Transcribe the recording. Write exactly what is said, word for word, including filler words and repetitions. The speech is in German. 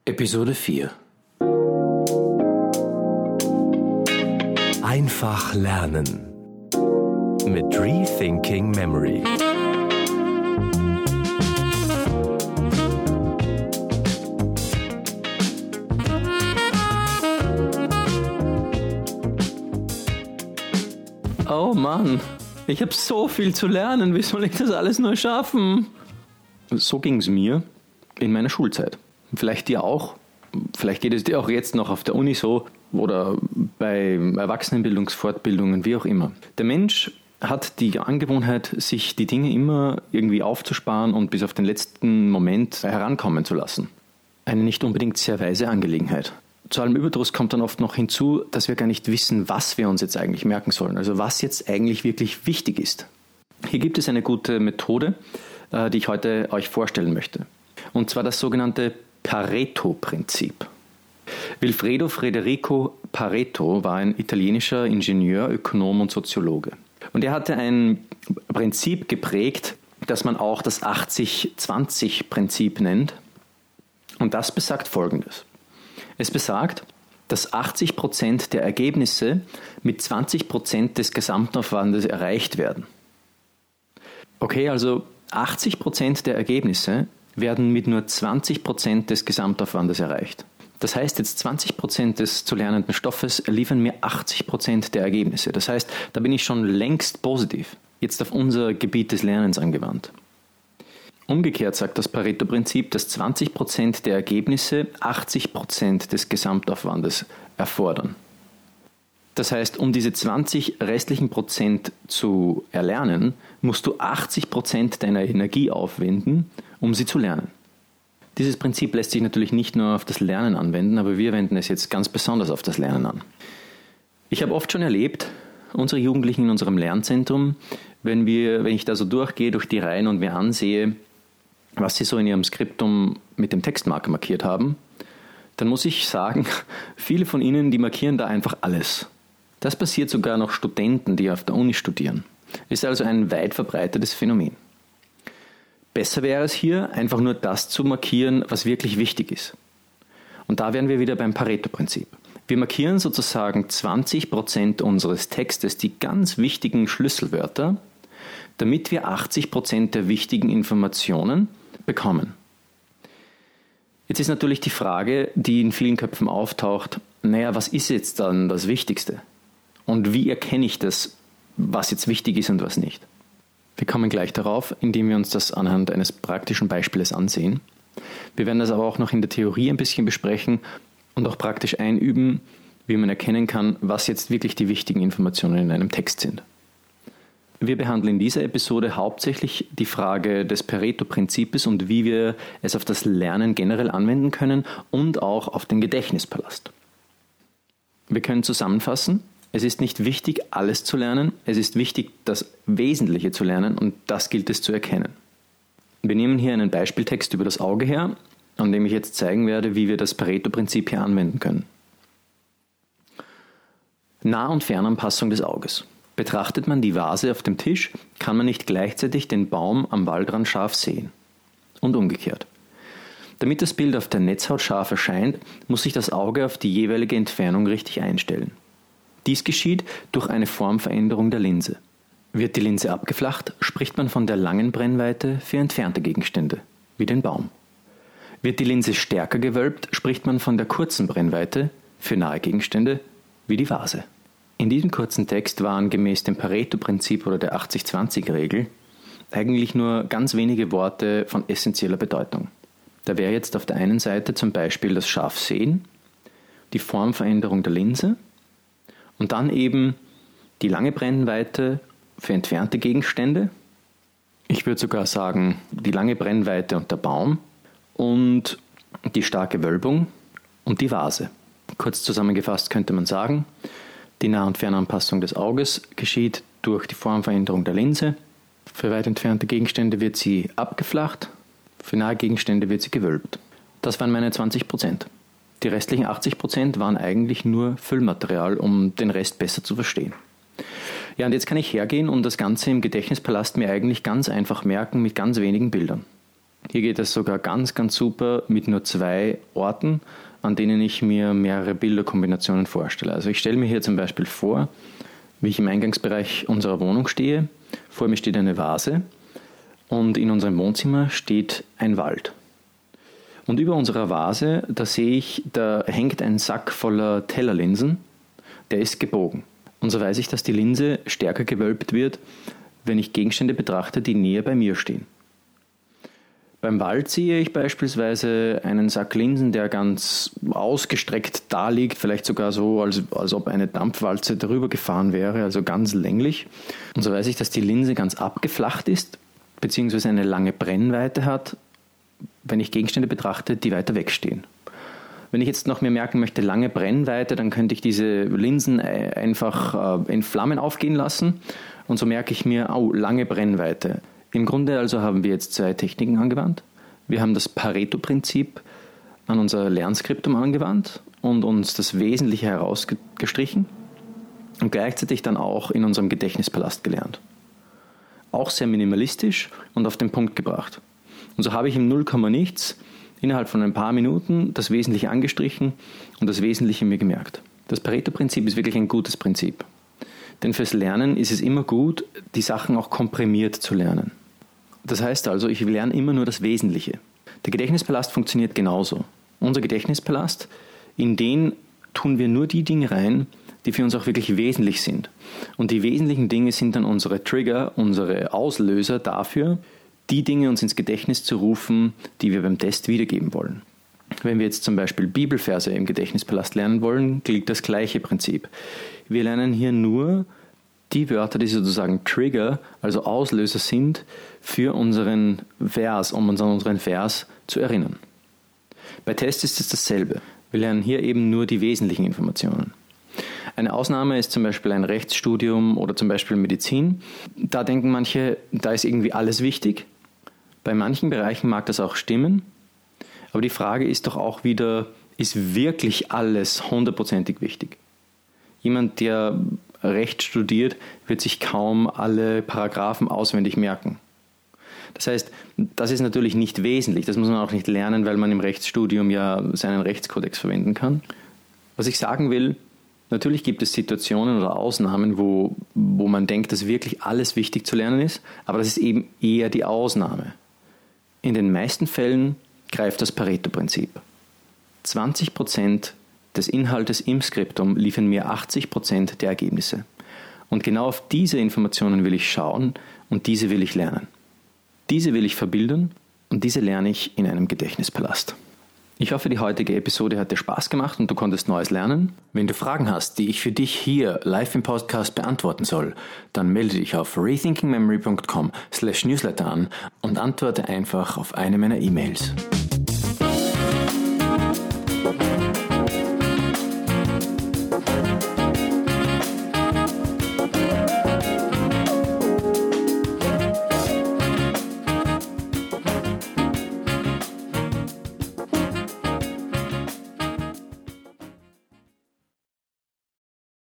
Episode vier. Einfach lernen mit Rethinking Memory. Oh Mann, ich habe so viel zu lernen, wie soll ich das alles nur schaffen? So ging es mir in meiner Schulzeit. Vielleicht dir auch, vielleicht geht es dir auch jetzt noch auf der Uni so oder bei Erwachsenenbildungsfortbildungen, wie auch immer. Der Mensch hat die Angewohnheit, sich die Dinge immer irgendwie aufzusparen und bis auf den letzten Moment herankommen zu lassen. Eine nicht unbedingt sehr weise Angelegenheit. Zu allem Überdruss kommt dann oft noch hinzu, dass wir gar nicht wissen, was wir uns jetzt eigentlich merken sollen, also was jetzt eigentlich wirklich wichtig ist. Hier gibt es eine gute Methode, die ich heute euch vorstellen möchte. Und zwar das sogenannte Pareto-Prinzip. Vilfredo Federico Pareto war ein italienischer Ingenieur, Ökonom und Soziologe. Und er hatte ein Prinzip geprägt, das man auch das achtzig zwanzig Prinzip nennt. Und das besagt Folgendes. Es besagt, dass achtzig Prozent der Ergebnisse mit zwanzig Prozent des Gesamtaufwandes erreicht werden. Okay, also achtzig Prozent der Ergebnisse werden mit nur zwanzig Prozent des Gesamtaufwandes erreicht. Das heißt, jetzt zwanzig Prozent des zu lernenden Stoffes liefern mir achtzig Prozent der Ergebnisse. Das heißt, da bin ich schon längst positiv, jetzt auf unser Gebiet des Lernens angewandt. Umgekehrt sagt das Pareto-Prinzip, dass zwanzig Prozent der Ergebnisse achtzig Prozent des Gesamtaufwandes erfordern. Das heißt, um diese zwanzig restlichen Prozent zu erlernen, musst du achtzig Prozent deiner Energie aufwenden, um sie zu lernen. Dieses Prinzip lässt sich natürlich nicht nur auf das Lernen anwenden, aber wir wenden es jetzt ganz besonders auf das Lernen an. Ich habe oft schon erlebt, unsere Jugendlichen in unserem Lernzentrum, wenn, wir, wenn ich da so durchgehe durch die Reihen und mir ansehe, was sie so in ihrem Skriptum mit dem Textmarker markiert haben, dann muss ich sagen, viele von ihnen, die markieren da einfach alles. Das passiert sogar noch Studenten, die auf der Uni studieren. Ist also ein weit verbreitetes Phänomen. Besser wäre es hier, einfach nur das zu markieren, was wirklich wichtig ist. Und da wären wir wieder beim Pareto-Prinzip. Wir markieren sozusagen zwanzig Prozent unseres Textes, die ganz wichtigen Schlüsselwörter, damit wir achtzig Prozent der wichtigen Informationen bekommen. Jetzt ist natürlich die Frage, die in vielen Köpfen auftaucht, naja, was ist jetzt dann das Wichtigste? Und wie erkenne ich das, was jetzt wichtig ist und was nicht? Wir kommen gleich darauf, indem wir uns das anhand eines praktischen Beispiels ansehen. Wir werden das aber auch noch in der Theorie ein bisschen besprechen und auch praktisch einüben, wie man erkennen kann, was jetzt wirklich die wichtigen Informationen in einem Text sind. Wir behandeln in dieser Episode hauptsächlich die Frage des Pareto-Prinzips und wie wir es auf das Lernen generell anwenden können und auch auf den Gedächtnispalast. Wir können zusammenfassen, es ist nicht wichtig, alles zu lernen, es ist wichtig, das Wesentliche zu lernen und das gilt es zu erkennen. Wir nehmen hier einen Beispieltext über das Auge her, an dem ich jetzt zeigen werde, wie wir das Pareto-Prinzip hier anwenden können. Nah- und Fernanpassung des Auges. Betrachtet man die Vase auf dem Tisch, kann man nicht gleichzeitig den Baum am Waldrand scharf sehen. Und umgekehrt. Damit das Bild auf der Netzhaut scharf erscheint, muss sich das Auge auf die jeweilige Entfernung richtig einstellen. Dies geschieht durch eine Formveränderung der Linse. Wird die Linse abgeflacht, spricht man von der langen Brennweite für entfernte Gegenstände, wie den Baum. Wird die Linse stärker gewölbt, spricht man von der kurzen Brennweite für nahe Gegenstände, wie die Vase. In diesem kurzen Text waren gemäß dem Pareto-Prinzip oder der achtzig zwanzig Regel eigentlich nur ganz wenige Worte von essentieller Bedeutung. Da wäre jetzt auf der einen Seite zum Beispiel das Scharfsehen, die Formveränderung der Linse und dann eben die lange Brennweite für entfernte Gegenstände. Ich würde sogar sagen, die lange Brennweite und der Baum und die starke Wölbung und die Vase. Kurz zusammengefasst könnte man sagen, die Nah- und Fernanpassung des Auges geschieht durch die Formveränderung der Linse. Für weit entfernte Gegenstände wird sie abgeflacht, für nahe Gegenstände wird sie gewölbt. Das waren meine zwanzig Prozent. Die restlichen achtzig Prozent waren eigentlich nur Füllmaterial, um den Rest besser zu verstehen. Ja, und jetzt kann ich hergehen und das Ganze im Gedächtnispalast mir eigentlich ganz einfach merken mit ganz wenigen Bildern. Hier geht es sogar ganz, ganz super mit nur zwei Orten, an denen ich mir mehrere Bilderkombinationen vorstelle. Also ich stelle mir hier zum Beispiel vor, wie ich im Eingangsbereich unserer Wohnung stehe. Vor mir steht eine Vase und in unserem Wohnzimmer steht ein Wald. Und über unserer Vase, da sehe ich, da hängt ein Sack voller Tellerlinsen, der ist gebogen. Und so weiß ich, dass die Linse stärker gewölbt wird, wenn ich Gegenstände betrachte, die näher bei mir stehen. Beim Wald sehe ich beispielsweise einen Sack Linsen, der ganz ausgestreckt da liegt, vielleicht sogar so, als, als ob eine Dampfwalze darüber gefahren wäre, also ganz länglich. Und so weiß ich, dass die Linse ganz abgeflacht ist, beziehungsweise eine lange Brennweite hat, wenn ich Gegenstände betrachte, die weiter wegstehen. Wenn ich jetzt noch mehr merken möchte, lange Brennweite, dann könnte ich diese Linsen einfach in Flammen aufgehen lassen und so merke ich mir, oh, lange Brennweite. Im Grunde also haben wir jetzt zwei Techniken angewandt. Wir haben das Pareto-Prinzip an unser Lernskriptum angewandt und uns das Wesentliche herausgestrichen und gleichzeitig dann auch in unserem Gedächtnispalast gelernt. Auch sehr minimalistisch und auf den Punkt gebracht. Und so habe ich im null Komma nichts innerhalb von ein paar Minuten das Wesentliche angestrichen und das Wesentliche mir gemerkt. Das Pareto-Prinzip ist wirklich ein gutes Prinzip. Denn fürs Lernen ist es immer gut, die Sachen auch komprimiert zu lernen. Das heißt also, ich lerne immer nur das Wesentliche. Der Gedächtnispalast funktioniert genauso. Unser Gedächtnispalast, in den tun wir nur die Dinge rein, die für uns auch wirklich wesentlich sind. Und die wesentlichen Dinge sind dann unsere Trigger, unsere Auslöser dafür, die Dinge uns ins Gedächtnis zu rufen, die wir beim Test wiedergeben wollen. Wenn wir jetzt zum Beispiel Bibelverse im Gedächtnispalast lernen wollen, gilt das gleiche Prinzip. Wir lernen hier nur die Wörter, die sozusagen Trigger, also Auslöser sind für unseren Vers, um uns an unseren Vers zu erinnern. Bei Tests ist es dasselbe. Wir lernen hier eben nur die wesentlichen Informationen. Eine Ausnahme ist zum Beispiel ein Rechtsstudium oder zum Beispiel Medizin. Da denken manche, da ist irgendwie alles wichtig. Bei manchen Bereichen mag das auch stimmen. Aber die Frage ist doch auch wieder, ist wirklich alles hundertprozentig wichtig? Jemand, der Recht studiert, wird sich kaum alle Paragraphen auswendig merken. Das heißt, das ist natürlich nicht wesentlich. Das muss man auch nicht lernen, weil man im Rechtsstudium ja seinen Rechtskodex verwenden kann. Was ich sagen will, natürlich gibt es Situationen oder Ausnahmen, wo, wo man denkt, dass wirklich alles wichtig zu lernen ist, aber das ist eben eher die Ausnahme. In den meisten Fällen greift das Pareto-Prinzip. zwanzig Prozent des Inhaltes im Skriptum liefern mir achtzig Prozent der Ergebnisse. Und genau auf diese Informationen will ich schauen und diese will ich lernen. Diese will ich verbildern und diese lerne ich in einem Gedächtnispalast. Ich hoffe, die heutige Episode hat dir Spaß gemacht und du konntest Neues lernen. Wenn du Fragen hast, die ich für dich hier live im Podcast beantworten soll, dann melde dich auf rethinkingmemory punkt com slash newsletter an und antworte einfach auf eine meiner E-Mails.